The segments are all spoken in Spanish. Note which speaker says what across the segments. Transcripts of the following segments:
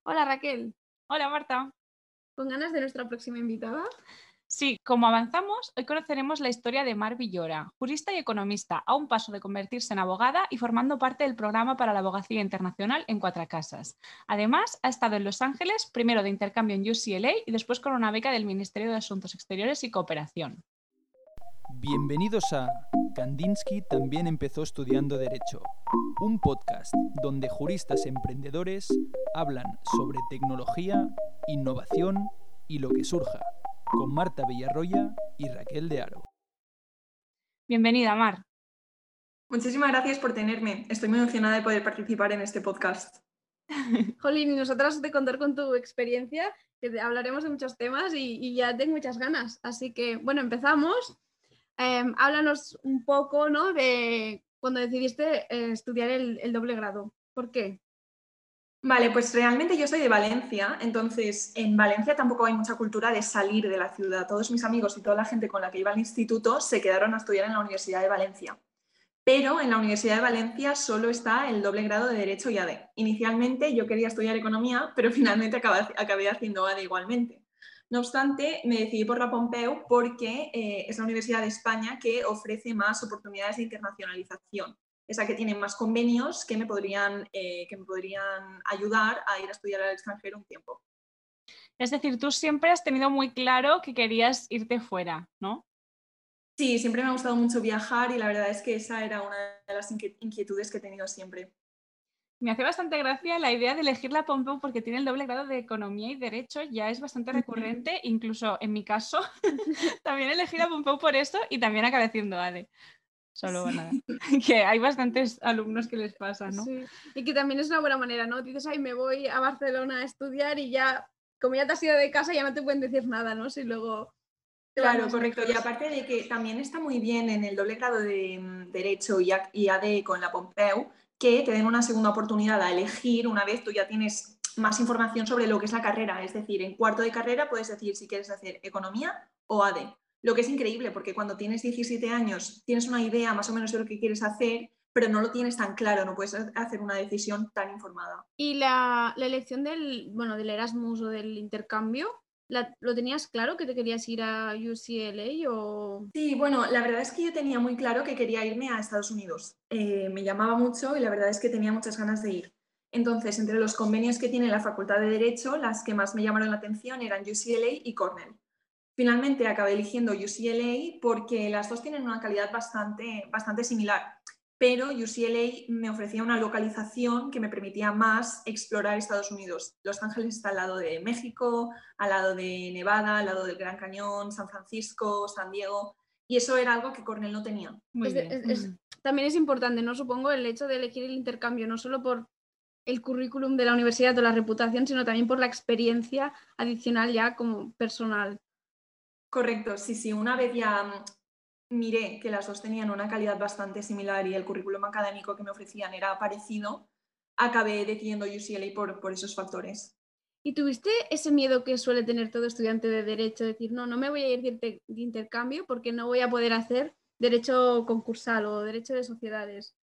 Speaker 1: Hola Raquel,
Speaker 2: Hola Marta.
Speaker 1: ¿con ganas de nuestra próxima invitada?
Speaker 2: Sí, como avanzamos, hoy conoceremos la historia de Mar Villora, jurista y economista, a un paso de convertirse en abogada y formando parte del programa para la abogacía internacional en Cuatro Casas. Además, ha estado en Los Ángeles, primero de intercambio en UCLA y después con una beca del Ministerio de Asuntos Exteriores y Cooperación.
Speaker 3: Bienvenidos a Kandinsky también empezó estudiando Derecho, un podcast donde juristas emprendedores hablan sobre tecnología, innovación y lo que surja, con Marta Villarroya y Raquel de Haro.
Speaker 2: Bienvenida, Mar.
Speaker 4: Muchísimas gracias por tenerme. Estoy muy emocionada de poder participar en este podcast.
Speaker 1: Jolín, y nosotras de contar con tu experiencia, hablaremos de muchos temas y ya tengo muchas ganas. Así que, bueno, empezamos. Háblanos un poco, ¿no? De cuando decidiste estudiar el doble grado. ¿Por qué?
Speaker 4: Vale, pues realmente yo soy de Valencia, entonces en Valencia tampoco hay mucha cultura de salir de la ciudad. Todos mis amigos y toda la gente con la que iba al instituto se quedaron a estudiar en la Universidad de Valencia. Pero en la Universidad de Valencia solo está el doble grado de Derecho y ADE. Inicialmente yo quería estudiar Economía, pero finalmente acabé haciendo ADE igualmente. No obstante, me decidí por la Pompeu porque es la universidad de España que ofrece más oportunidades de internacionalización. Esa que tiene más convenios que me podrían ayudar a ir a estudiar al extranjero un tiempo.
Speaker 2: Es decir, tú siempre has tenido muy claro que querías irte fuera, ¿no?
Speaker 4: Sí, siempre me ha gustado mucho viajar y la verdad es que esa era una de las inquietudes que he tenido siempre.
Speaker 2: Me hace bastante gracia la idea de elegir la Pompeu porque tiene el doble grado de Economía y Derecho, ya es bastante recurrente, incluso en mi caso, también elegí la Pompeu por esto y también acabé haciendo ADE. Solo nada,
Speaker 4: Sí.
Speaker 2: que hay bastantes alumnos que les pasa, ¿no?
Speaker 1: Sí, y que también es una buena manera, ¿no? Dices, ay, me voy a Barcelona a estudiar y ya, como ya te has ido de casa, ya no te pueden decir nada, ¿no? Si luego te vas
Speaker 4: Claro,
Speaker 1: más
Speaker 4: correcto. Y
Speaker 1: lejos.
Speaker 4: aparte de que también está muy bien en el doble grado de Derecho y AD con la Pompeu, que te den una segunda oportunidad a elegir una vez tú ya tienes más información sobre lo que es la carrera. Es decir, en cuarto de carrera puedes decir si quieres hacer Economía o AD. Lo que es increíble, porque cuando tienes 17 años tienes una idea más o menos de lo que quieres hacer, pero no lo tienes tan claro, no puedes hacer una decisión tan informada.
Speaker 1: Y la elección del Erasmus o del intercambio, ¿lo tenías claro que te querías ir a UCLA o...?
Speaker 4: Sí, bueno, la verdad es que yo tenía muy claro que quería irme a Estados Unidos. Me llamaba mucho y la verdad es que tenía muchas ganas de ir. Entonces, entre los convenios que tiene la Facultad de Derecho, las que más me llamaron la atención eran UCLA y Cornell. Finalmente acabé eligiendo UCLA porque las dos tienen una calidad bastante similar, pero UCLA me ofrecía una localización que me permitía más explorar Estados Unidos. Los Ángeles está al lado de México, al lado de Nevada, al lado del Gran Cañón, San Francisco, San Diego, y eso era algo que Cornell no tenía.
Speaker 2: Muy bien.
Speaker 1: También es importante, ¿no? Supongo el hecho de elegir el intercambio, no solo por el currículum de la universidad o la reputación, sino también por la experiencia adicional ya como personal.
Speaker 4: Correcto, sí, sí, una vez ya miré que las dos tenían una calidad bastante similar y el currículum académico que me ofrecían era parecido, acabé decidiendo UCLA por esos factores.
Speaker 1: ¿Y tuviste ese miedo que suele tener todo estudiante de derecho, decir, no, no me voy a ir de intercambio porque no voy a poder hacer derecho concursal o derecho de sociedades?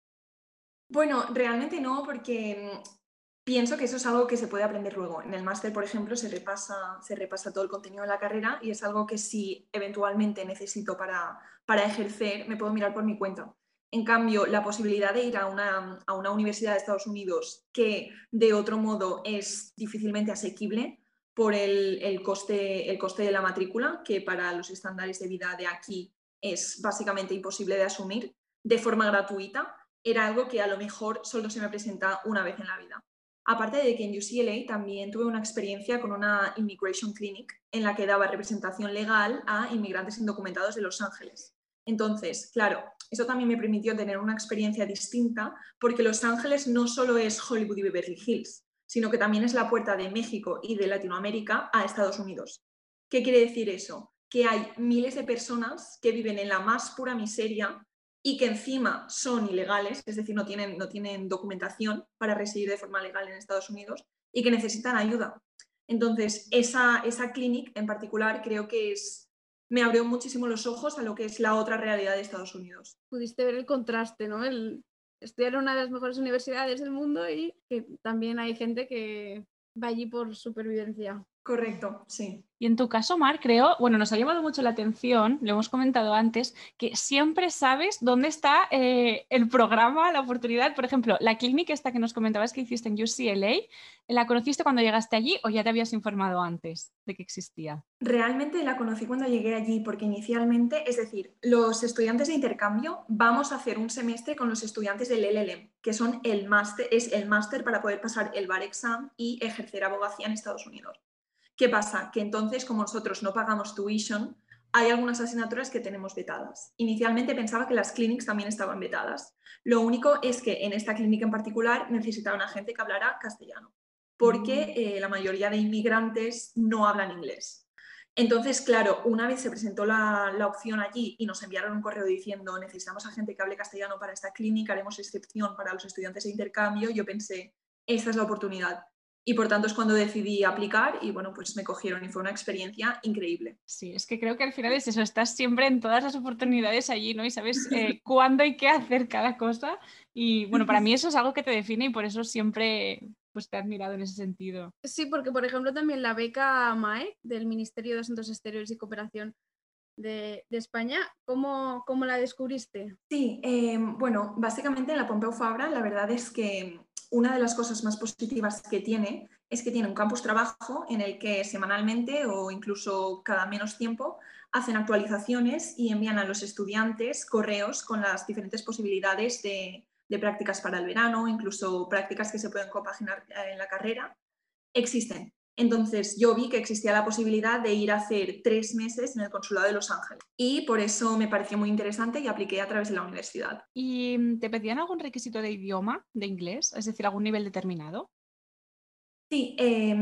Speaker 4: Bueno, realmente no, porque pienso que eso es algo que se puede aprender luego. En el máster, por ejemplo, se repasa todo el contenido de la carrera y es algo que si eventualmente necesito para ejercer, me puedo mirar por mi cuenta. En cambio, la posibilidad de ir a una universidad de Estados Unidos que de otro modo es difícilmente asequible por el coste de la matrícula, que para los estándares de vida de aquí es básicamente imposible de asumir de forma gratuita, era algo que a lo mejor solo se me presenta una vez en la vida. Aparte de que en UCLA también tuve una experiencia con una Immigration Clinic en la que daba representación legal a inmigrantes indocumentados de Los Ángeles. Entonces, claro, eso también me permitió tener una experiencia distinta porque Los Ángeles no solo es Hollywood y Beverly Hills, sino que también es la puerta de México y de Latinoamérica a Estados Unidos. ¿Qué quiere decir eso? Que hay miles de personas que viven en la más pura miseria y que encima son ilegales, es decir, no tienen documentación para residir de forma legal en Estados Unidos y que necesitan ayuda. Entonces, esa clinic en particular creo que me abrió muchísimo los ojos a lo que es la otra realidad de Estados Unidos.
Speaker 1: Pudiste ver el contraste, ¿no? El estudiar en una de las mejores universidades del mundo y que también hay gente que va allí por supervivencia.
Speaker 4: Correcto, sí.
Speaker 2: Y en tu caso, Mar, creo, bueno, nos ha llamado mucho la atención, lo hemos comentado antes, que siempre sabes dónde está el programa, la oportunidad. Por ejemplo, la clínica esta que nos comentabas que hiciste en UCLA, ¿la conociste cuando llegaste allí o ya te habías informado antes de que existía?
Speaker 4: Realmente la conocí cuando llegué allí porque inicialmente, es decir, los estudiantes de intercambio vamos a hacer un semestre con los estudiantes del LLM, que son es el máster para poder pasar el bar exam y ejercer abogacía en Estados Unidos. ¿Qué pasa? Que entonces, como nosotros no pagamos tuition, hay algunas asignaturas que tenemos vetadas. Inicialmente pensaba que las clinics también estaban vetadas. Lo único es que en esta clínica en particular necesitaban a gente que hablara castellano, porque la mayoría de inmigrantes no hablan inglés. Entonces, claro, una vez se presentó la opción allí y nos enviaron un correo diciendo necesitamos a gente que hable castellano para esta clínica, haremos excepción para los estudiantes de intercambio, yo pensé, esta es la oportunidad. Y por tanto es cuando decidí aplicar y bueno, pues me cogieron y fue una experiencia increíble.
Speaker 2: Sí, es que creo que al final es eso, estás siempre en todas las oportunidades allí, ¿no? Y sabes cuándo y qué hacer cada cosa. Y bueno, para mí eso es algo que te define y por eso siempre pues, te he admirado en ese sentido.
Speaker 1: Sí, porque por ejemplo también la beca MAE del Ministerio de Asuntos Exteriores y Cooperación de España, ¿cómo la descubriste?
Speaker 4: Sí, bueno, básicamente en la Pompeu Fabra la verdad es que una de las cosas más positivas que tiene es que tiene un campus trabajo en el que semanalmente o incluso cada menos tiempo hacen actualizaciones y envían a los estudiantes correos con las diferentes posibilidades de prácticas para el verano, incluso prácticas que se pueden compaginar en la carrera, existen. Entonces yo vi que existía la posibilidad de ir a hacer 3 meses en el Consulado de Los Ángeles y por eso me pareció muy interesante y apliqué a través de la universidad.
Speaker 2: ¿Y te pedían algún requisito de idioma, de inglés? Es decir, algún nivel determinado.
Speaker 4: Sí,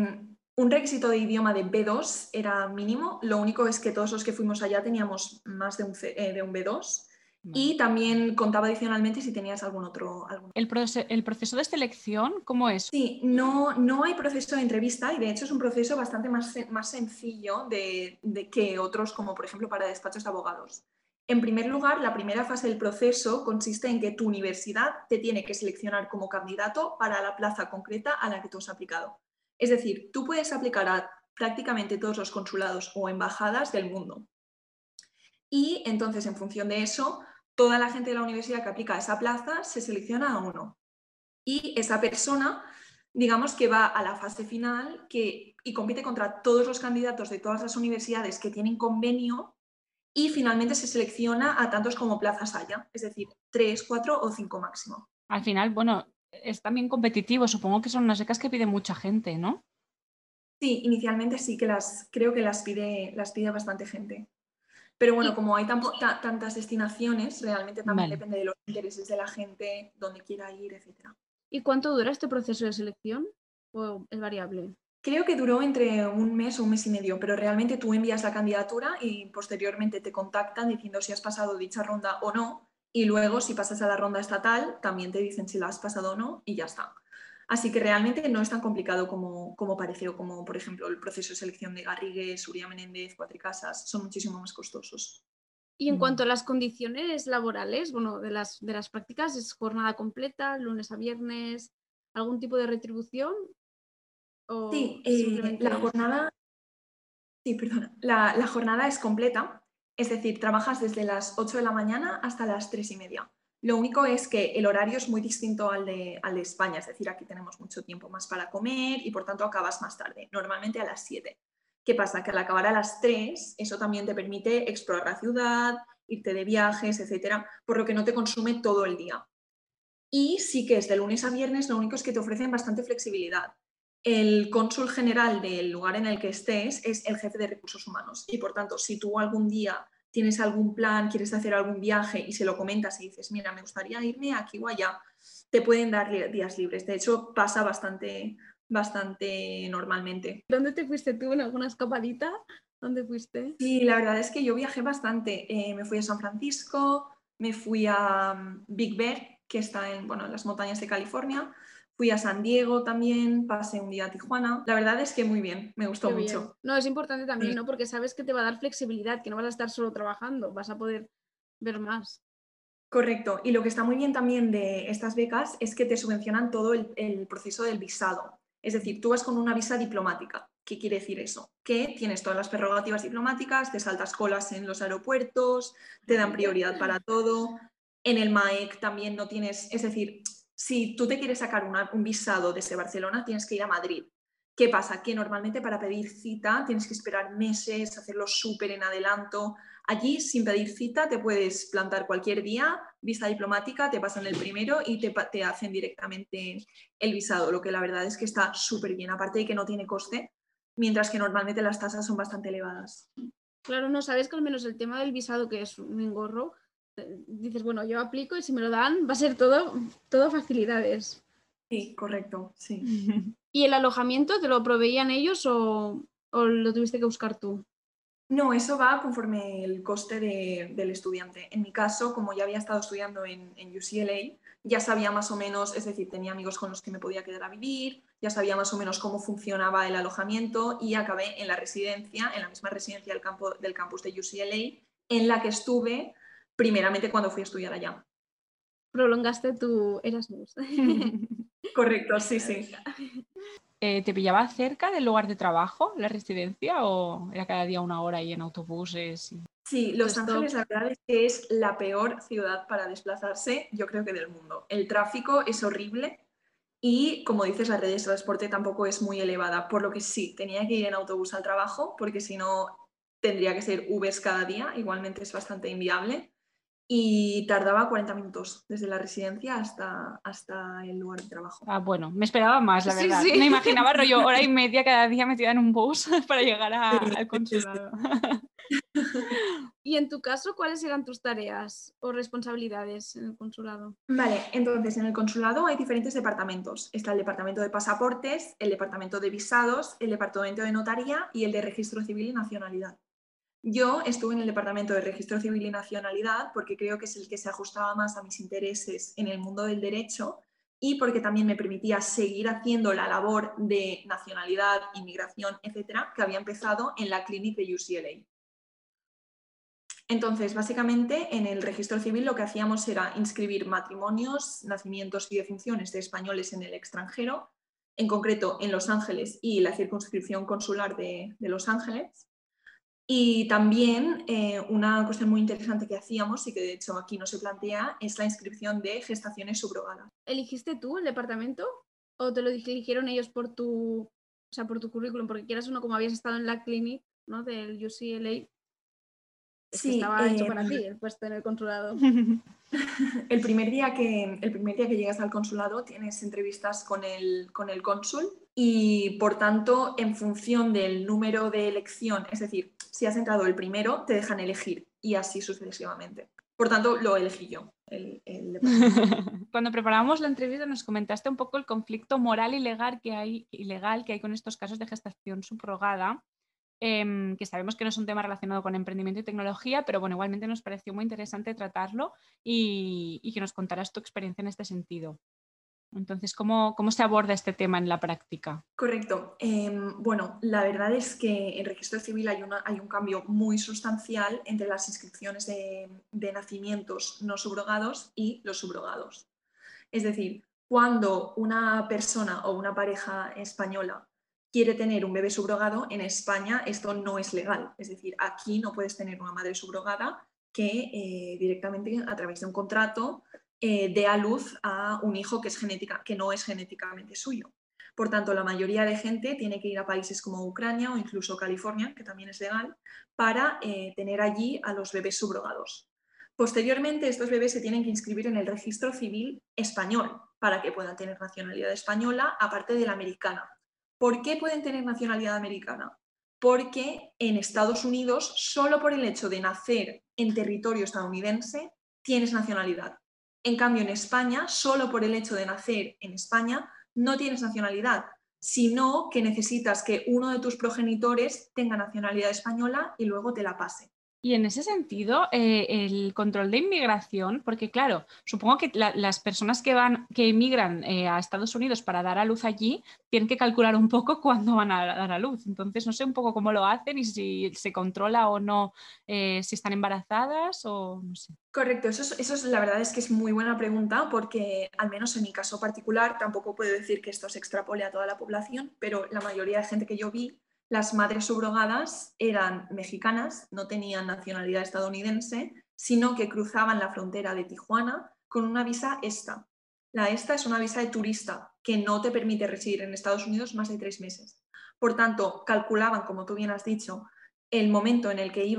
Speaker 4: un requisito de idioma de B2 era mínimo, lo único es que todos los que fuimos allá teníamos más de un B2
Speaker 2: Vale.
Speaker 4: y también contaba adicionalmente si tenías algún otro.
Speaker 2: ¿El proceso de selección cómo es?
Speaker 4: Sí, no hay proceso de entrevista y de hecho es un proceso bastante más sencillo de que otros, como por ejemplo para despachos de abogados. En primer lugar, la primera fase del proceso consiste en que tu universidad te tiene que seleccionar como candidato para la plaza concreta a la que tú has aplicado. Es decir, tú puedes aplicar a prácticamente todos los consulados o embajadas del mundo. Y entonces, en función de eso, toda la gente de la universidad que aplica a esa plaza se selecciona a uno. Y esa persona, digamos que va a la fase final y compite contra todos los candidatos de todas las universidades que tienen convenio y finalmente se selecciona a tantos como plazas haya, es decir, 3, 4 o 5 máximo.
Speaker 2: Al final, bueno, es también competitivo, supongo que son unas becas que pide mucha gente, ¿no?
Speaker 4: Sí, inicialmente sí que creo que las pide bastante gente. Pero bueno, como hay tantas destinaciones, realmente también
Speaker 2: Vale.
Speaker 4: depende de los intereses de la gente, dónde quiera ir, etc.
Speaker 1: ¿Y cuánto dura este proceso de selección? ¿O es variable?
Speaker 4: Creo que duró entre un mes o un mes y medio, pero realmente tú envías la candidatura y posteriormente te contactan diciendo si has pasado dicha ronda o no, y luego si pasas a la ronda estatal también te dicen si la has pasado o no y ya está. Así que realmente no es tan complicado como pareció, como por ejemplo el proceso de selección de Garrigues, Uría Menéndez, Cuatrecasas, son muchísimo más costosos.
Speaker 1: Y en cuanto a las condiciones laborales, bueno, de las prácticas, ¿es jornada completa, lunes a viernes, algún tipo de retribución? ¿O
Speaker 4: Sí,
Speaker 1: simplemente
Speaker 4: la jornada es completa, es decir, trabajas desde las 8 de la mañana hasta las 3:30. Lo único es que el horario es muy distinto al de España, es decir, aquí tenemos mucho tiempo más para comer y por tanto acabas más tarde, normalmente a las 7. ¿Qué pasa? Que al acabar a las 3, eso también te permite explorar la ciudad, irte de viajes, etcétera, por lo que no te consume todo el día. Y sí que es de lunes a viernes, lo único es que te ofrecen bastante flexibilidad. El cónsul general del lugar en el que estés es el jefe de recursos humanos y por tanto, si tú algún día tienes algún plan, quieres hacer algún viaje y se lo comentas y dices, mira, me gustaría irme aquí o allá, te pueden dar días libres. De hecho, pasa bastante normalmente.
Speaker 1: ¿Dónde te fuiste tú? ¿En alguna escapadita? ¿Dónde fuiste?
Speaker 4: Sí, la verdad es que yo viajé bastante. Me fui a San Francisco, me fui a Big Bear, que está en las montañas de California. Fui a San Diego también, pasé un día a Tijuana. La verdad es que muy bien, me gustó
Speaker 1: Qué bien.
Speaker 4: mucho.
Speaker 1: No, es importante también,
Speaker 4: Sí,
Speaker 1: ¿no? Porque sabes que te va a dar flexibilidad, que no vas a estar solo trabajando, vas a poder ver más.
Speaker 4: correcto. Y lo que está muy bien también de estas becas es que te subvencionan todo el proceso del visado. Es decir, tú vas con una visa diplomática. ¿Qué quiere decir eso? Que tienes todas las prerrogativas diplomáticas, te saltas colas en los aeropuertos, te dan prioridad para todo. En el MAEC también no tienes, es decir, si tú te quieres sacar un visado desde Barcelona, tienes que ir a Madrid. ¿Qué pasa? Que normalmente para pedir cita tienes que esperar meses, hacerlo súper en adelanto. Allí, sin pedir cita, te puedes plantar cualquier día, visa diplomática, te pasan el primero y te hacen directamente el visado, lo que la verdad es que está súper bien, aparte de que no tiene coste, mientras que normalmente las tasas son bastante elevadas.
Speaker 1: Claro, no sabes que al menos el tema del visado, que es un engorro, dices, bueno, yo aplico y si me lo dan va a ser todo facilidades.
Speaker 4: Sí, correcto, sí.
Speaker 1: ¿Y el alojamiento te lo proveían ellos o lo tuviste que buscar tú?
Speaker 4: No, eso va conforme el coste del estudiante. En mi caso, como ya había estado estudiando en UCLA, ya sabía más o menos, es decir, tenía amigos con los que me podía quedar a vivir, ya sabía más o menos cómo funcionaba el alojamiento y acabé en la residencia, en la misma residencia del campus de UCLA, en la que estuve primeramente cuando fui a estudiar allá.
Speaker 1: Prolongaste tu Erasmus.
Speaker 4: Correcto, sí, sí.
Speaker 2: ¿Te pillaba cerca del lugar de trabajo, la residencia, o era cada día 1 hora ahí en autobuses?
Speaker 4: Sí, Los Ángeles la verdad es que es la peor ciudad para desplazarse, yo creo que del mundo. El tráfico es horrible y, como dices, la red de transporte tampoco es muy elevada, por lo que sí, tenía que ir en autobús al trabajo, porque si no tendría que ser Ubers cada día, igualmente es bastante inviable. Y tardaba 40 minutos desde la residencia hasta el lugar de trabajo.
Speaker 2: Ah, bueno, me esperaba más, la
Speaker 1: Sí,
Speaker 2: verdad.
Speaker 1: sí.
Speaker 2: Me imaginaba rollo 1 hora y media cada día metida en un bus para llegar al consulado.
Speaker 1: Y en tu caso, ¿cuáles eran tus tareas o responsabilidades en el consulado?
Speaker 4: Vale, entonces en el consulado hay diferentes departamentos. Está el departamento de pasaportes, el departamento de visados, el departamento de notaría y el de registro civil y nacionalidad. Yo estuve en el departamento de registro civil y nacionalidad porque creo que es el que se ajustaba más a mis intereses en el mundo del derecho y porque también me permitía seguir haciendo la labor de nacionalidad, inmigración, etcétera, que había empezado en la clínica de UCLA. Entonces, básicamente, en el registro civil lo que hacíamos era inscribir matrimonios, nacimientos y defunciones de españoles en el extranjero, en concreto en Los Ángeles y la circunscripción consular de Los Ángeles. Y también una cuestión muy interesante que hacíamos y que de hecho aquí no se plantea es la inscripción de gestaciones subrogadas.
Speaker 1: ¿Eligiste tú el departamento o te lo eligieron ellos por tu currículum? Porque quieras uno, como habías estado en la clínica, ¿no?, del UCLA, es que
Speaker 4: Sí,
Speaker 1: estaba hecho para ti el puesto en el consulado.
Speaker 4: el primer día que llegas al consulado tienes entrevistas con el cónsul y, por tanto, en función del número de elección, es decir, si has entrado el primero, te dejan elegir y así sucesivamente. Por tanto, lo elegí yo, el departamento.
Speaker 2: Cuando preparábamos la entrevista nos comentaste un poco el conflicto moral y legal que hay con estos casos de gestación subrogada, que sabemos que no es un tema relacionado con emprendimiento y tecnología, pero bueno, igualmente nos pareció muy interesante tratarlo y que nos contaras tu experiencia en este sentido. Entonces, ¿cómo se aborda este tema en la práctica?
Speaker 4: Correcto. Bueno, la verdad es que en registro civil hay un cambio muy sustancial entre las inscripciones de nacimientos no subrogados y los subrogados. Es decir, cuando una persona o una pareja española quiere tener un bebé subrogado, en España esto no es legal. Es decir, aquí no puedes tener una madre subrogada que directamente a través de un contrato dé a luz a un hijo que no es genéticamente suyo. Por tanto, la mayoría de gente tiene que ir a países como Ucrania o incluso California, que también es legal, para tener allí a los bebés subrogados. Posteriormente, estos bebés se tienen que inscribir en el registro civil español para que puedan tener nacionalidad española, aparte de la americana. ¿Por qué pueden tener nacionalidad americana? Porque en Estados Unidos, solo por el hecho de nacer en territorio estadounidense, tienes nacionalidad. En cambio, en España, solo por el hecho de nacer en España, no tienes nacionalidad, sino que necesitas que uno de tus progenitores tenga nacionalidad española y luego te la pase.
Speaker 2: Y en ese sentido, el control de inmigración, porque claro, supongo que las personas que emigran a Estados Unidos para dar a luz allí tienen que calcular un poco cuándo van a dar a luz. Entonces, no sé un poco cómo lo hacen y si se controla o no, si están embarazadas o no sé.
Speaker 4: Correcto, la verdad es que es muy buena pregunta porque al menos en mi caso particular tampoco puedo decir que esto se extrapole a toda la población, pero la mayoría de gente que yo vi, las madres subrogadas eran mexicanas, no tenían nacionalidad estadounidense, sino que cruzaban la frontera de Tijuana con una visa ESTA. La ESTA es una visa de turista que no te permite residir en Estados Unidos más de 3 meses. Por tanto, calculaban, como tú bien has dicho, el momento en el que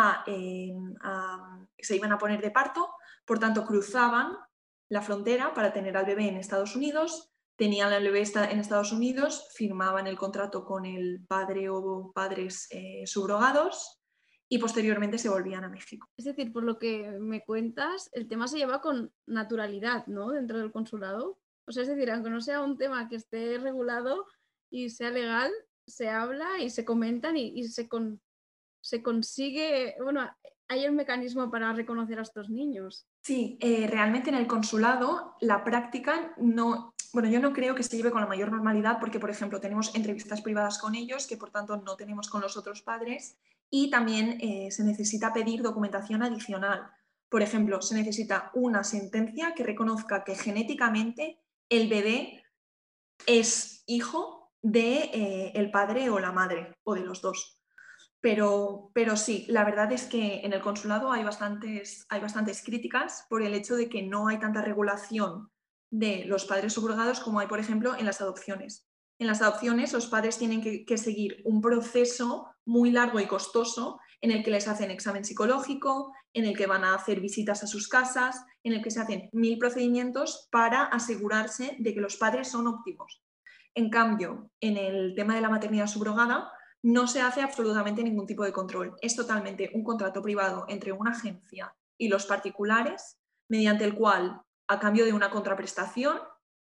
Speaker 4: se iban a poner de parto, por tanto cruzaban la frontera para tener al bebé en Estados Unidos, tenían al bebé en Estados Unidos, firmaban el contrato con el padre o padres subrogados y posteriormente se volvían a México.
Speaker 1: Es decir, por lo que me cuentas, el tema se lleva con naturalidad, ¿no? Dentro del consulado. O sea, es decir, aunque no sea un tema que esté regulado y sea legal, se habla y se comentan y se consigue, bueno, hay un mecanismo para reconocer a estos niños.
Speaker 4: Sí, realmente en el consulado la práctica no, bueno, yo no creo que se lleve con la mayor normalidad porque, por ejemplo, tenemos entrevistas privadas con ellos que por tanto no tenemos con los otros padres y también se necesita pedir documentación adicional. Por ejemplo, se necesita una sentencia que reconozca que genéticamente el bebé es hijo de el padre o la madre o de los dos. Pero sí, la verdad es que en el consulado hay bastantes críticas por el hecho de que no hay tanta regulación de los padres subrogados como hay, por ejemplo, en las adopciones. En las adopciones los padres tienen que seguir un proceso muy largo y costoso en el que les hacen examen psicológico, en el que van a hacer visitas a sus casas, en el que se hacen 1000 procedimientos para asegurarse de que los padres son óptimos. En cambio, en el tema de la maternidad subrogada, no se hace absolutamente ningún tipo de control. Es totalmente un contrato privado entre una agencia y los particulares, mediante el cual, a cambio de una contraprestación,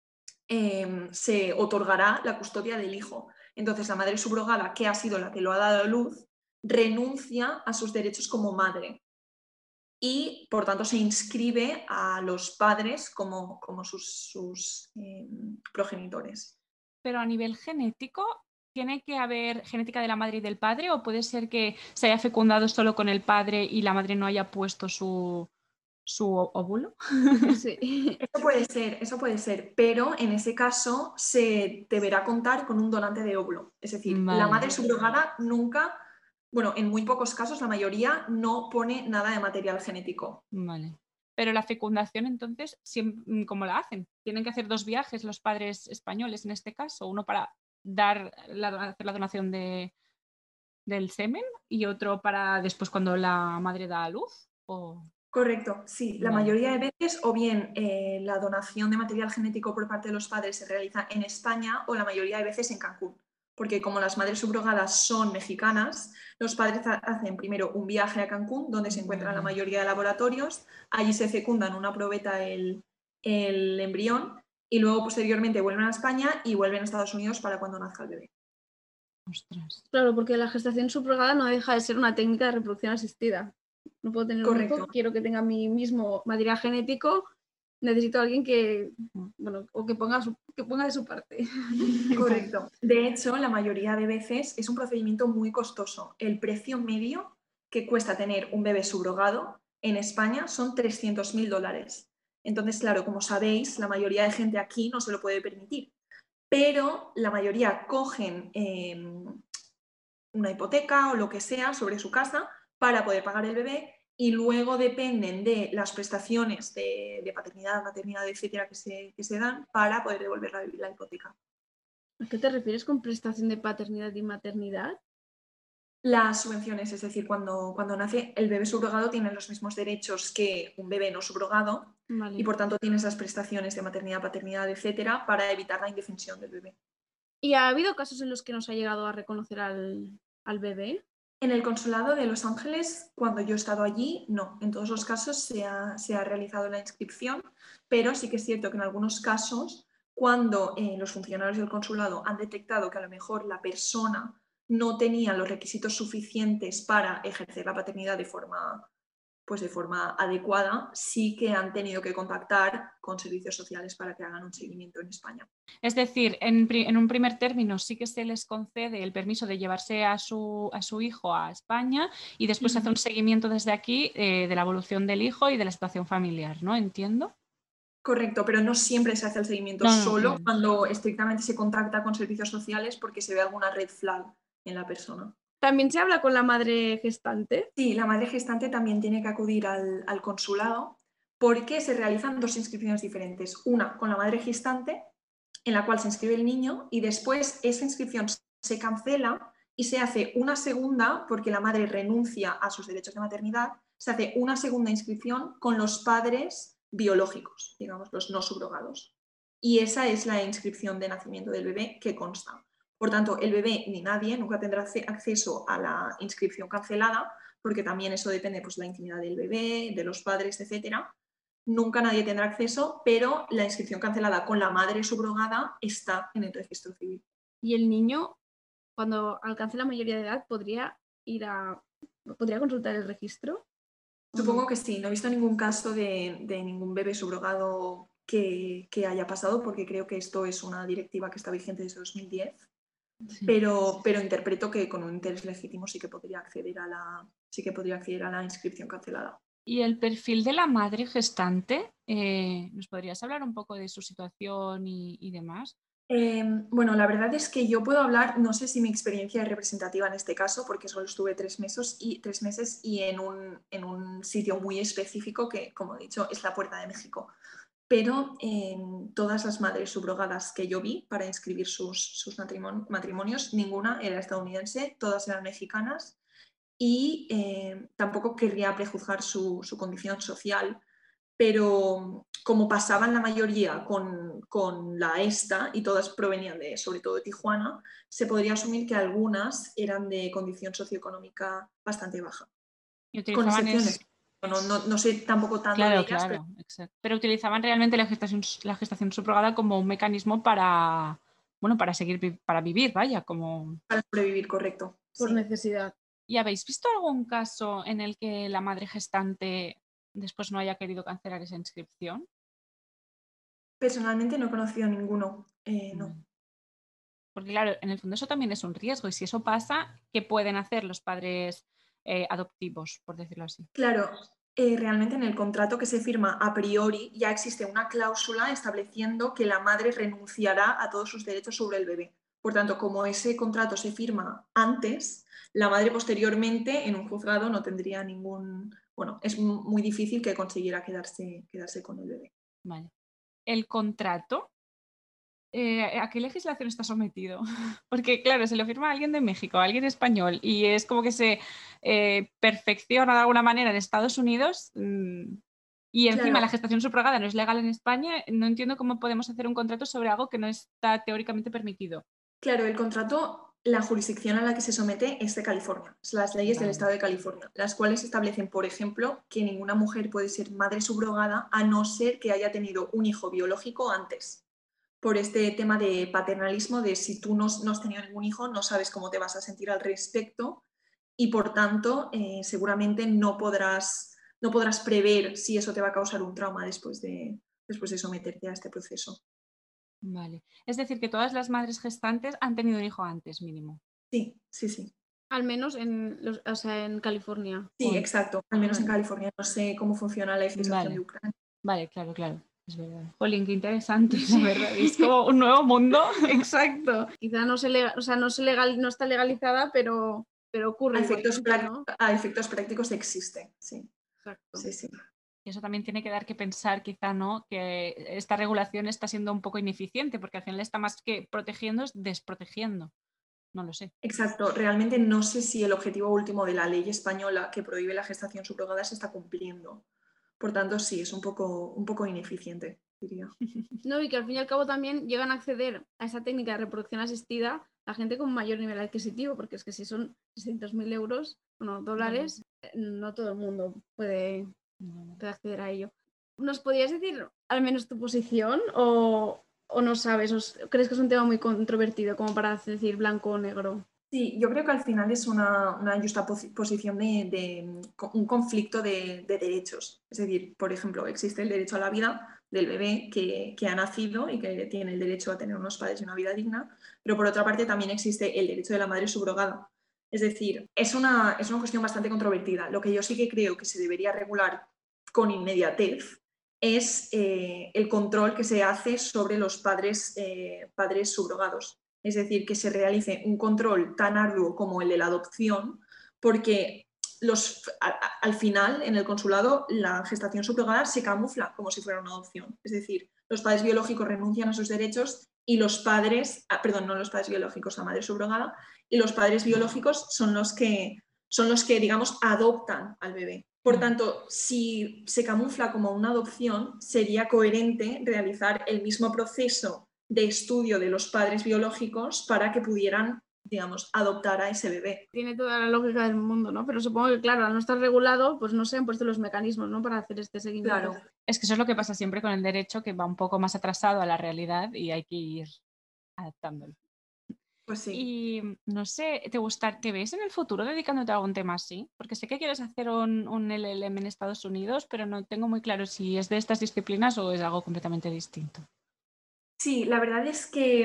Speaker 4: se otorgará la custodia del hijo. Entonces, la madre subrogada, que ha sido la que lo ha dado a luz, renuncia a sus derechos como madre y, por tanto, se inscribe a los padres como sus progenitores.
Speaker 2: Pero a nivel genético, ¿tiene que haber genética de la madre y del padre o puede ser que se haya fecundado solo con el padre y la madre no haya puesto su óvulo?
Speaker 1: Sí.
Speaker 4: Eso puede ser, pero en ese caso se deberá contar con un donante de óvulo. Es decir, la madre subrogada nunca, bueno, en muy pocos casos, la mayoría no pone nada de material genético.
Speaker 2: Vale. Pero la fecundación, entonces, ¿cómo la hacen? ¿Tienen que hacer 2 viajes los padres españoles en este caso? Uno para hacer la donación del semen y otro para después cuando la madre da a luz? ¿O?
Speaker 4: Correcto, sí. La mayoría de veces o bien la donación de material genético por parte de los padres se realiza en España o la mayoría de veces en Cancún. Porque como las madres subrogadas son mexicanas, los padres hacen primero un viaje a Cancún, donde se encuentran la mayoría de laboratorios, allí se fecundan una probeta el embrión y luego posteriormente vuelven a España y vuelven a Estados Unidos para cuando nazca el bebé.
Speaker 2: Ostras.
Speaker 1: Claro, porque la gestación subrogada no deja de ser una técnica de reproducción asistida. No puedo tener un hijo, quiero que tenga mi mismo material genético, necesito a alguien que, bueno, o que ponga de su parte.
Speaker 4: Correcto. De hecho, la mayoría de veces es un procedimiento muy costoso. El precio medio que cuesta tener un bebé subrogado en España son $300.000. Entonces, claro, como sabéis, la mayoría de gente aquí no se lo puede permitir. Pero la mayoría cogen una hipoteca o lo que sea sobre su casa para poder pagar el bebé y luego dependen de las prestaciones de paternidad, maternidad, etcétera, que se dan para poder devolver la hipoteca.
Speaker 1: ¿A qué te refieres con prestación de paternidad y maternidad?
Speaker 4: Las subvenciones, es decir, cuando nace el bebé subrogado tiene los mismos derechos que un bebé no subrogado. Vale. Y por tanto tiene esas prestaciones de maternidad, paternidad, etcétera, para evitar la indefensión del bebé.
Speaker 1: ¿Y ha habido casos en los que nos ha llegado a reconocer al bebé?
Speaker 4: En el consulado de Los Ángeles, cuando yo he estado allí, no. En todos los casos se ha realizado la inscripción, pero sí que es cierto que en algunos casos, cuando los funcionarios del consulado han detectado que a lo mejor la persona no tenían los requisitos suficientes para ejercer la paternidad de forma adecuada, sí que han tenido que contactar con servicios sociales para que hagan un seguimiento en España.
Speaker 2: Es decir, en un primer término sí que se les concede el permiso de llevarse a su hijo a España y después se hace un seguimiento desde aquí de la evolución del hijo y de la situación familiar, ¿no? ¿Entiendo?
Speaker 4: Correcto, pero no siempre se hace el seguimiento
Speaker 2: No,
Speaker 4: solo
Speaker 2: claro.
Speaker 4: cuando estrictamente se contacta con servicios sociales porque se ve alguna red flag en la persona.
Speaker 1: ¿También se habla con la madre gestante?
Speaker 4: Sí, la madre gestante también tiene que acudir al consulado porque se realizan 2 inscripciones diferentes. Una con la madre gestante, en la cual se inscribe el niño, y después esa inscripción se cancela y se hace una segunda, porque la madre renuncia a sus derechos de maternidad, se hace una segunda inscripción con los padres biológicos, digamos, los no subrogados. Y esa es la inscripción de nacimiento del bebé que consta. Por tanto, el bebé ni nadie nunca tendrá acceso a la inscripción cancelada, porque también eso depende pues, de la intimidad del bebé, de los padres, etc. Nunca nadie tendrá acceso, pero la inscripción cancelada con la madre subrogada está en el registro civil.
Speaker 1: Y el niño, cuando alcance la mayoría de edad, ¿podría consultar el registro?
Speaker 4: Supongo que sí. No he visto ningún caso de ningún bebé subrogado que haya pasado, porque creo que esto es una directiva que está vigente desde 2010.
Speaker 2: Sí.
Speaker 4: Pero interpreto que con un interés legítimo sí que podría acceder a la inscripción cancelada.
Speaker 2: ¿Y el perfil de la madre gestante? ¿Nos podrías hablar un poco de su situación y demás?
Speaker 4: Bueno, la verdad es que yo puedo hablar, no sé si mi experiencia es representativa en este caso, porque solo estuve 3 meses y en un sitio muy específico que, como he dicho, es la Puerta de México. Pero todas las madres subrogadas que yo vi para inscribir sus matrimonios, ninguna era estadounidense, todas eran mexicanas y tampoco querría prejuzgar su condición social, pero como pasaban la mayoría con la ESTA y todas provenían sobre todo de Tijuana, se podría asumir que algunas eran de condición socioeconómica bastante baja.
Speaker 2: Y
Speaker 4: Con
Speaker 2: utilizaban
Speaker 4: excepciones. No sé tampoco tanto de
Speaker 2: Claro,
Speaker 4: ellas,
Speaker 2: claro, exacto. Pero utilizaban realmente la gestación subrogada como un mecanismo para seguir, para vivir, vaya, como...
Speaker 4: para sobrevivir, correcto.
Speaker 1: Por
Speaker 4: Sí.
Speaker 1: necesidad.
Speaker 2: ¿Y habéis visto algún caso en el que la madre gestante después no haya querido cancelar esa inscripción?
Speaker 4: Personalmente no he conocido ninguno, no.
Speaker 2: Porque claro, en el fondo eso también es un riesgo y si eso pasa, ¿qué pueden hacer los padres adoptivos, por decirlo así?
Speaker 4: Claro, realmente en el contrato que se firma a priori ya existe una cláusula estableciendo que la madre renunciará a todos sus derechos sobre el bebé. Por tanto, como ese contrato se firma antes, la madre posteriormente en un juzgado no tendría es muy difícil que consiguiera quedarse con el bebé.
Speaker 2: Vale. El contrato, ¿a qué legislación está sometido? Porque, claro, se lo firma alguien de México, alguien español, y es como que se perfecciona de alguna manera en Estados Unidos, y encima la
Speaker 4: Claro,
Speaker 2: gestación subrogada no es legal en España. No entiendo cómo podemos hacer un contrato sobre algo que no está teóricamente permitido.
Speaker 4: claro, el contrato, la jurisdicción a la que se somete es de California, son las leyes del
Speaker 2: Vale.
Speaker 4: estado de California, las cuales establecen, por ejemplo, que ninguna mujer puede ser madre subrogada a no ser que haya tenido un hijo biológico antes. Por este tema de paternalismo, de si tú no has tenido ningún hijo, no sabes cómo te vas a sentir al respecto y por tanto seguramente no podrás prever si eso te va a causar un trauma después de someterte a este proceso.
Speaker 2: Vale. Es decir, que todas las madres gestantes han tenido un hijo antes, mínimo.
Speaker 4: Sí, sí, sí.
Speaker 1: Al menos en California.
Speaker 4: Sí, exacto. Al menos en
Speaker 1: Vale.
Speaker 4: California. No sé cómo funciona la legislación de
Speaker 2: Vale,
Speaker 4: Ucrania.
Speaker 2: vale, claro, claro. Es verdad. Jolín, qué interesante, la verdad. Es como un nuevo mundo.
Speaker 1: Exacto. Quizá no está legalizada, pero ocurre igualmente, ¿no?
Speaker 4: A efectos prácticos existe, sí.
Speaker 1: Exacto.
Speaker 4: Sí, sí.
Speaker 2: Y eso también tiene que dar que pensar, quizá, ¿no? Que esta regulación está siendo un poco ineficiente, porque al final está más que protegiendo, es desprotegiendo. No lo sé.
Speaker 4: Exacto. Realmente no sé si el objetivo último de la ley española que prohíbe la gestación subrogada se está cumpliendo. Por tanto, sí, es un poco ineficiente, diría.
Speaker 1: No, y que al fin y al cabo también llegan a acceder a esa técnica de reproducción asistida la gente con mayor nivel adquisitivo, porque es que si son 600.000 euros, dólares, no todo el mundo puede acceder a ello. ¿Nos podrías decir al menos tu posición o no sabes? ¿Crees que es un tema muy controvertido como para decir blanco o negro?
Speaker 4: Sí, yo creo que al final es una justaposición de un conflicto de derechos. Es decir, por ejemplo, existe el derecho a la vida del bebé que ha nacido y que tiene el derecho a tener unos padres y una vida digna, pero por otra parte también existe el derecho de la madre subrogada. Es decir, es una cuestión bastante controvertida. Lo que yo sí que creo que se debería regular con inmediatez es el control que se hace sobre los padres subrogados. Es decir, que se realice un control tan arduo como el de la adopción, porque al final, en el consulado, la gestación subrogada se camufla como si fuera una adopción. Es decir, los padres biológicos renuncian a sus derechos y los padres, perdón, no los padres biológicos, la madre subrogada, y los padres biológicos son los que, digamos, adoptan al bebé. Por tanto, si se camufla como una adopción, sería coherente realizar el mismo proceso de estudio de los padres biológicos para que pudieran, digamos, adoptar a ese bebé.
Speaker 1: Tiene toda la lógica del mundo, ¿no? Pero supongo que, claro, al no estar regulado, pues no se han puesto los mecanismos, ¿no? Para hacer este seguimiento.
Speaker 4: Claro.
Speaker 2: Es que eso es lo que pasa siempre con el derecho, que va un poco más atrasado a la realidad y hay que ir adaptándolo.
Speaker 4: Pues sí.
Speaker 2: Y no sé, ¿te ves en el futuro dedicándote a algún tema así? Porque sé que quieres hacer un LLM en Estados Unidos, pero no tengo muy claro si es de estas disciplinas o es algo completamente distinto.
Speaker 4: Sí, la verdad es que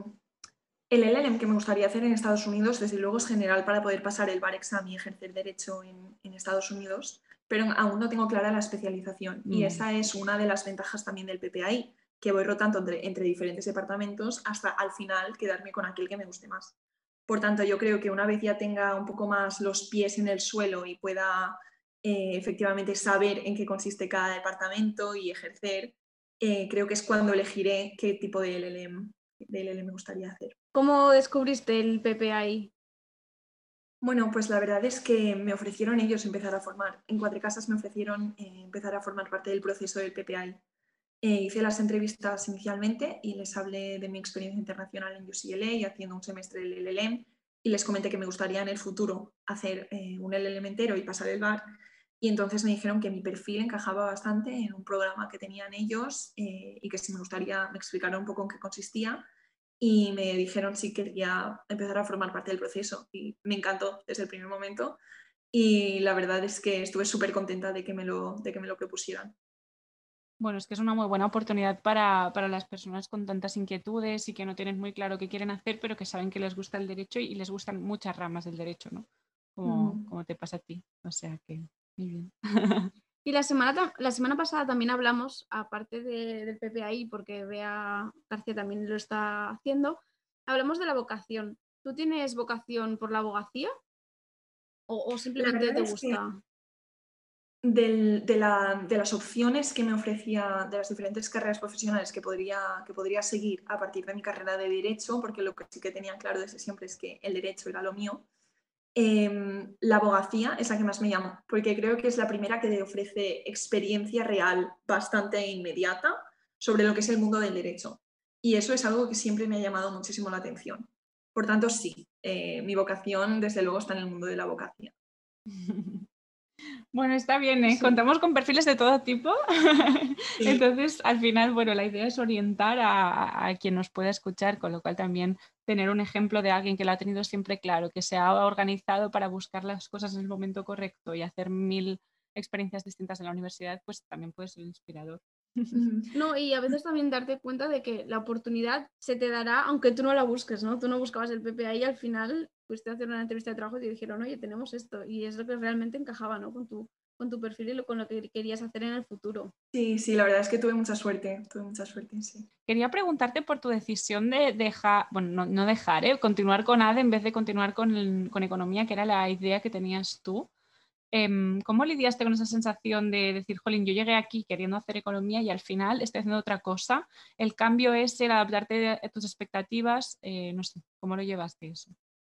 Speaker 4: el LLM que me gustaría hacer en Estados Unidos, desde luego, es general para poder pasar el bar exam y ejercer derecho en Estados Unidos, pero aún no tengo clara la especialización. Y esa es una de las ventajas también del PPI, que voy rotando entre diferentes departamentos hasta al final quedarme con aquel que me guste más. Por tanto, yo creo que una vez ya tenga un poco más los pies en el suelo y pueda efectivamente saber en qué consiste cada departamento y ejercer, creo que es cuando elegiré qué tipo de LLM me gustaría hacer.
Speaker 1: ¿Cómo descubriste el PPI?
Speaker 4: Bueno, pues la verdad es que me ofrecieron ellos empezar a formar. En Cuatro Casas me ofrecieron empezar a formar parte del proceso del PPI. Hice las entrevistas inicialmente y les hablé de mi experiencia internacional en UCLA haciendo un semestre del LLM y les comenté que me gustaría en el futuro hacer un LLM entero y pasar el bar. Y entonces me dijeron que mi perfil encajaba bastante en un programa que tenían ellos y que si me gustaría me explicaran un poco en qué consistía. Y me dijeron si quería empezar a formar parte del proceso y me encantó desde el primer momento y la verdad es que estuve súper contenta de que me lo propusieran.
Speaker 2: Bueno, es que es una muy buena oportunidad para las personas con tantas inquietudes y que no tienen muy claro qué quieren hacer, pero que saben que les gusta el derecho y les gustan muchas ramas del derecho, ¿no? Como te pasa a ti. O sea que, muy bien.
Speaker 1: Y la semana pasada también hablamos, aparte del PPI, porque Bea García también lo está haciendo, hablamos de la vocación. ¿Tú tienes vocación por la abogacía? ¿O simplemente te gusta?
Speaker 4: De las opciones que me ofrecía, de las diferentes carreras profesionales que podría seguir a partir de mi carrera de Derecho, porque lo que sí que tenía claro desde siempre es que el Derecho era lo mío, la abogacía es la que más me llamó, porque creo que es la primera que te ofrece experiencia real bastante inmediata sobre lo que es el mundo del derecho. Y eso es algo que siempre me ha llamado muchísimo la atención. Por tanto, sí, mi vocación desde luego está en el mundo de la abogacía.
Speaker 2: Bueno, está bien, ¿eh?
Speaker 4: Sí.
Speaker 2: Contamos con perfiles de todo tipo.
Speaker 4: Sí.
Speaker 2: Entonces, al final, bueno, la idea es orientar a quien nos pueda escuchar, con lo cual también tener un ejemplo de alguien que lo ha tenido siempre claro, que se ha organizado para buscar las cosas en el momento correcto y hacer 1000 experiencias distintas en la universidad, pues también puede ser inspirador.
Speaker 1: No, y a veces también darte cuenta de que la oportunidad se te dará aunque tú no la busques, ¿no? Tú no buscabas el PPI y al final fuiste a hacer una entrevista de trabajo y te dijeron, oye, tenemos esto. Y es lo que realmente encajaba, ¿no? Con tu perfil y con lo que querías hacer en el futuro.
Speaker 4: Sí, la verdad es que tuve mucha suerte, sí.
Speaker 2: Quería preguntarte por tu decisión de dejar, bueno, no dejar, continuar con ADE en vez de continuar con economía, que era la idea que tenías tú. ¿Cómo lidiaste con esa sensación de decir, jolín, yo llegué aquí queriendo hacer economía y al final estoy haciendo otra cosa? El cambio es el adaptarte a tus expectativas, no sé, ¿cómo lo llevaste eso?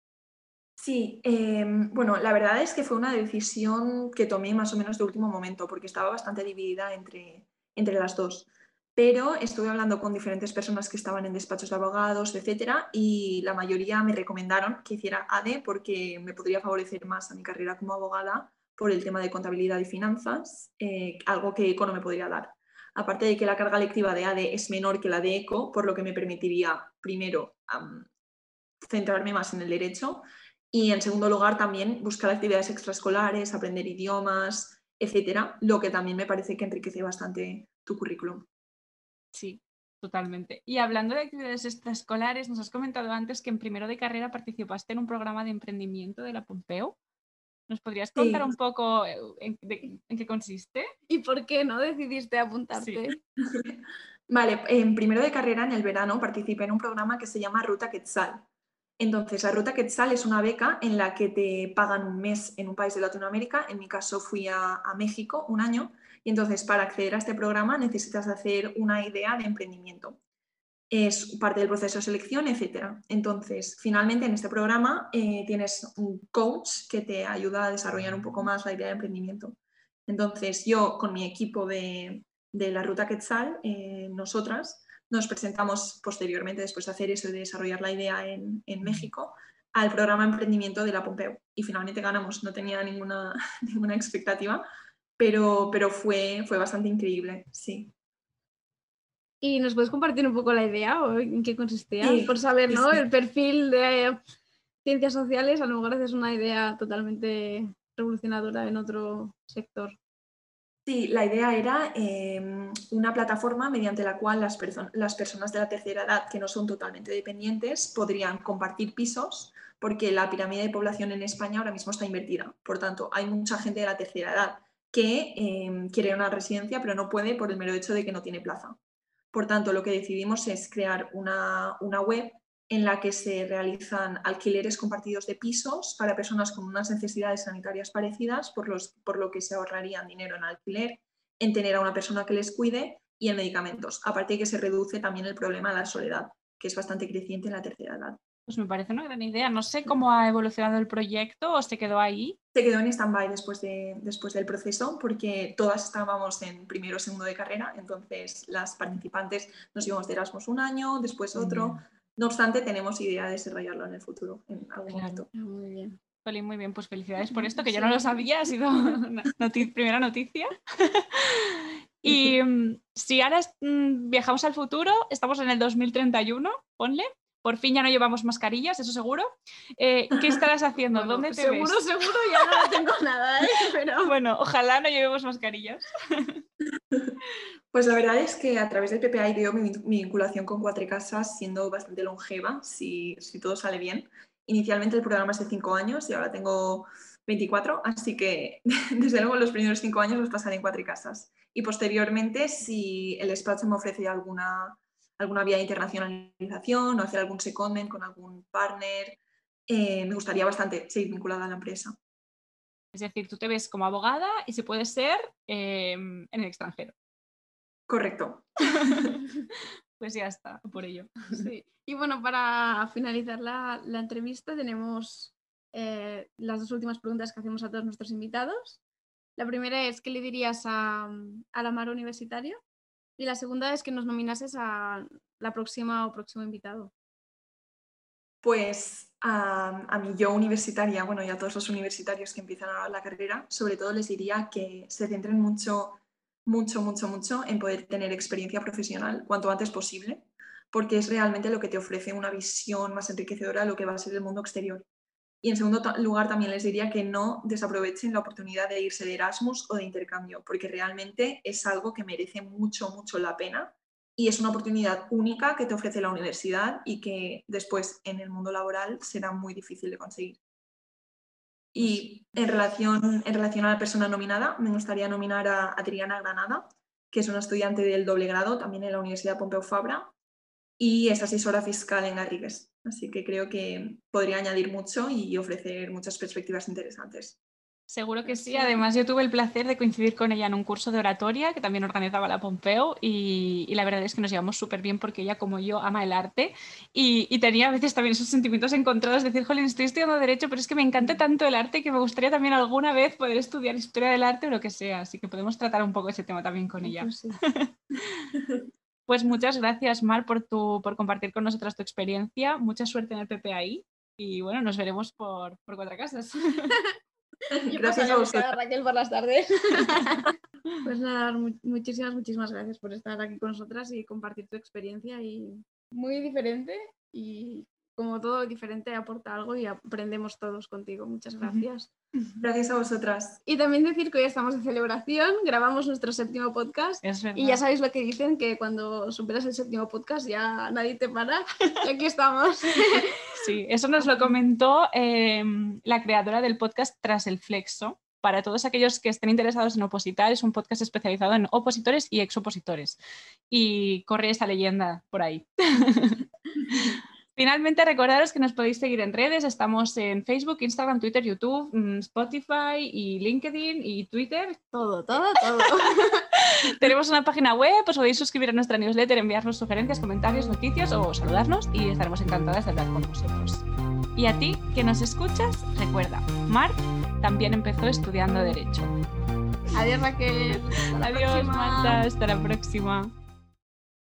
Speaker 4: Sí, bueno, la verdad es que fue una decisión que tomé más o menos de último momento, porque estaba bastante dividida entre las dos. Pero estuve hablando con diferentes personas que estaban en despachos de abogados, etcétera, y la mayoría me recomendaron que hiciera ADE porque me podría favorecer más a mi carrera como abogada por el tema de contabilidad y finanzas, algo que ECO no me podría dar. Aparte de que la carga lectiva de ADE es menor que la de ECO, por lo que me permitiría, primero, centrarme más en el derecho. Y en segundo lugar también buscar actividades extraescolares, aprender idiomas, etcétera, lo que también me parece que enriquece bastante tu currículum.
Speaker 2: Sí, totalmente. Y hablando de actividades extraescolares, nos has comentado antes que en primero de carrera participaste en un programa de emprendimiento de la Pompeu. ¿Nos podrías contar un poco en qué consiste?
Speaker 1: ¿Y por qué no decidiste apuntarte?
Speaker 2: Sí.
Speaker 4: Vale, en primero de carrera, en el verano, participé en un programa que se llama Ruta Quetzal. Entonces, la Ruta Quetzal es una beca en la que te pagan un mes en un país de Latinoamérica. En mi caso fui a México un año. Y entonces, para acceder a este programa necesitas hacer una idea de emprendimiento. Es parte del proceso de selección, etc. Entonces, finalmente en este programa tienes un coach que te ayuda a desarrollar un poco más la idea de emprendimiento. Entonces, yo con mi equipo de la Ruta Quetzal, nosotras nos presentamos posteriormente, después de hacer eso y de desarrollar la idea en México, al programa de emprendimiento de la Pompeu. Y finalmente ganamos, no tenía ninguna expectativa, pero fue bastante increíble, sí.
Speaker 1: ¿Y nos puedes compartir un poco la idea o en qué consistía?
Speaker 4: Sí,
Speaker 1: Por saber, ¿no?
Speaker 4: sí.
Speaker 1: El perfil de ciencias sociales, a lo mejor haces una idea totalmente revolucionadora en otro sector.
Speaker 4: Sí, la idea era una plataforma mediante la cual las personas de la tercera edad que no son totalmente dependientes podrían compartir pisos, porque la pirámide de población en España ahora mismo está invertida. Por tanto, hay mucha gente de la tercera edad que quiere una residencia pero no puede por el mero hecho de que no tiene plaza. Por tanto, lo que decidimos es crear una web en la que se realizan alquileres compartidos de pisos para personas con unas necesidades sanitarias parecidas, por lo que se ahorrarían dinero en alquiler, en tener a una persona que les cuide y en medicamentos. Aparte de que se reduce también el problema de la soledad, que es bastante creciente en la tercera edad.
Speaker 2: Pues me parece una gran idea. No sé cómo ha evolucionado el proyecto o se quedó ahí.
Speaker 4: Se quedó en stand-by después del proceso porque todas estábamos en primero o segundo de carrera, entonces las participantes nos íbamos de Erasmus un año, después otro. No obstante, tenemos idea de desarrollarlo en el futuro, en algún momento.
Speaker 1: Muy bien.
Speaker 2: Jolín, muy bien, pues felicidades por esto, que yo no lo sabía, ha sido primera noticia. Y si ahora viajamos al futuro, estamos en el 2031, ponle. Por fin ya no llevamos mascarillas, eso seguro. ¿Qué estarás haciendo?
Speaker 1: Bueno,
Speaker 2: ¿Dónde te
Speaker 1: seguro,
Speaker 2: ves?
Speaker 1: seguro, ya no tengo nada, ¿eh? Pero...
Speaker 2: Bueno, ojalá no llevemos mascarillas.
Speaker 4: Pues la verdad es que a través del PPA veo mi vinculación con Cuatro Casas siendo bastante longeva, si todo sale bien. Inicialmente el programa es de 5 años y ahora tengo 24, así que desde luego los primeros 5 años los pasaré en Cuatro Casas. Y posteriormente, si el despacho me ofrece alguna vía de internacionalización o hacer algún secondment con algún partner, me gustaría bastante seguir vinculada a la empresa.
Speaker 2: Es decir, tú te ves como abogada y si puede ser en el extranjero.
Speaker 4: Correcto.
Speaker 2: Pues ya está, por ello.
Speaker 1: Sí. Y bueno, para finalizar la entrevista tenemos las dos últimas preguntas que hacemos a todos nuestros invitados. La primera es, ¿qué le dirías a la Mar Universitaria? Y la segunda es que nos nominases a la próxima o próximo invitado.
Speaker 4: Pues a mi yo universitaria, bueno, y a todos los universitarios que empiezan ahora la carrera, sobre todo les diría que se centren mucho en poder tener experiencia profesional cuanto antes posible, porque es realmente lo que te ofrece una visión más enriquecedora de lo que va a ser el mundo exterior. Y en segundo lugar también les diría que no desaprovechen la oportunidad de irse de Erasmus o de intercambio, porque realmente es algo que merece mucho la pena y es una oportunidad única que te ofrece la universidad y que después en el mundo laboral será muy difícil de conseguir. Y en relación a la persona nominada, me gustaría nominar a Adriana Granada, que es una estudiante del doble grado también en la Universidad Pompeu Fabra y es asesora fiscal en Garrigues. Así que creo que podría añadir mucho y ofrecer muchas perspectivas interesantes.
Speaker 2: Seguro que sí. Además, yo tuve el placer de coincidir con ella en un curso de oratoria que también organizaba la Pompeu y la verdad es que nos llevamos súper bien porque ella, como yo, ama el arte y tenía a veces también esos sentimientos encontrados de decir, jolín, estoy estudiando Derecho, pero es que me encanta tanto el arte que me gustaría también alguna vez poder estudiar Historia del Arte o lo que sea. Así que podemos tratar un poco ese tema también con ella.
Speaker 1: Pues sí.
Speaker 2: Pues muchas gracias, Mar, por compartir con nosotras tu experiencia. Mucha suerte en el PPAI y bueno, nos veremos por Cuatro Casas.
Speaker 4: Gracias a vosotros.
Speaker 1: Raquel por las tardes. Pues nada, muchísimas gracias por estar aquí con nosotras y compartir tu experiencia y muy diferente y como todo diferente aporta algo y aprendemos todos contigo. Muchas gracias.
Speaker 4: Gracias a vosotras.
Speaker 1: Y también decir que hoy estamos de celebración, grabamos nuestro 7º podcast y ya sabéis lo que dicen, que cuando superas el 7º podcast ya nadie te para y aquí estamos.
Speaker 2: Sí, eso nos lo comentó la creadora del podcast Tras el Flexo. Para todos aquellos que estén interesados en opositar, es un podcast especializado en opositores y exopositores. Y corre esa leyenda por ahí. Finalmente, recordaros que nos podéis seguir en redes. Estamos en Facebook, Instagram, Twitter, YouTube, Spotify y LinkedIn y Twitter.
Speaker 1: Todo.
Speaker 2: Tenemos una página web, os podéis suscribir a nuestra newsletter, enviarnos sugerencias, comentarios, noticias o saludarnos y estaremos encantadas de hablar con vosotros. Y a ti, que nos escuchas, recuerda, Mar también empezó estudiando Derecho.
Speaker 1: Adiós, Raquel.
Speaker 2: Adiós, Marta. Hasta la próxima.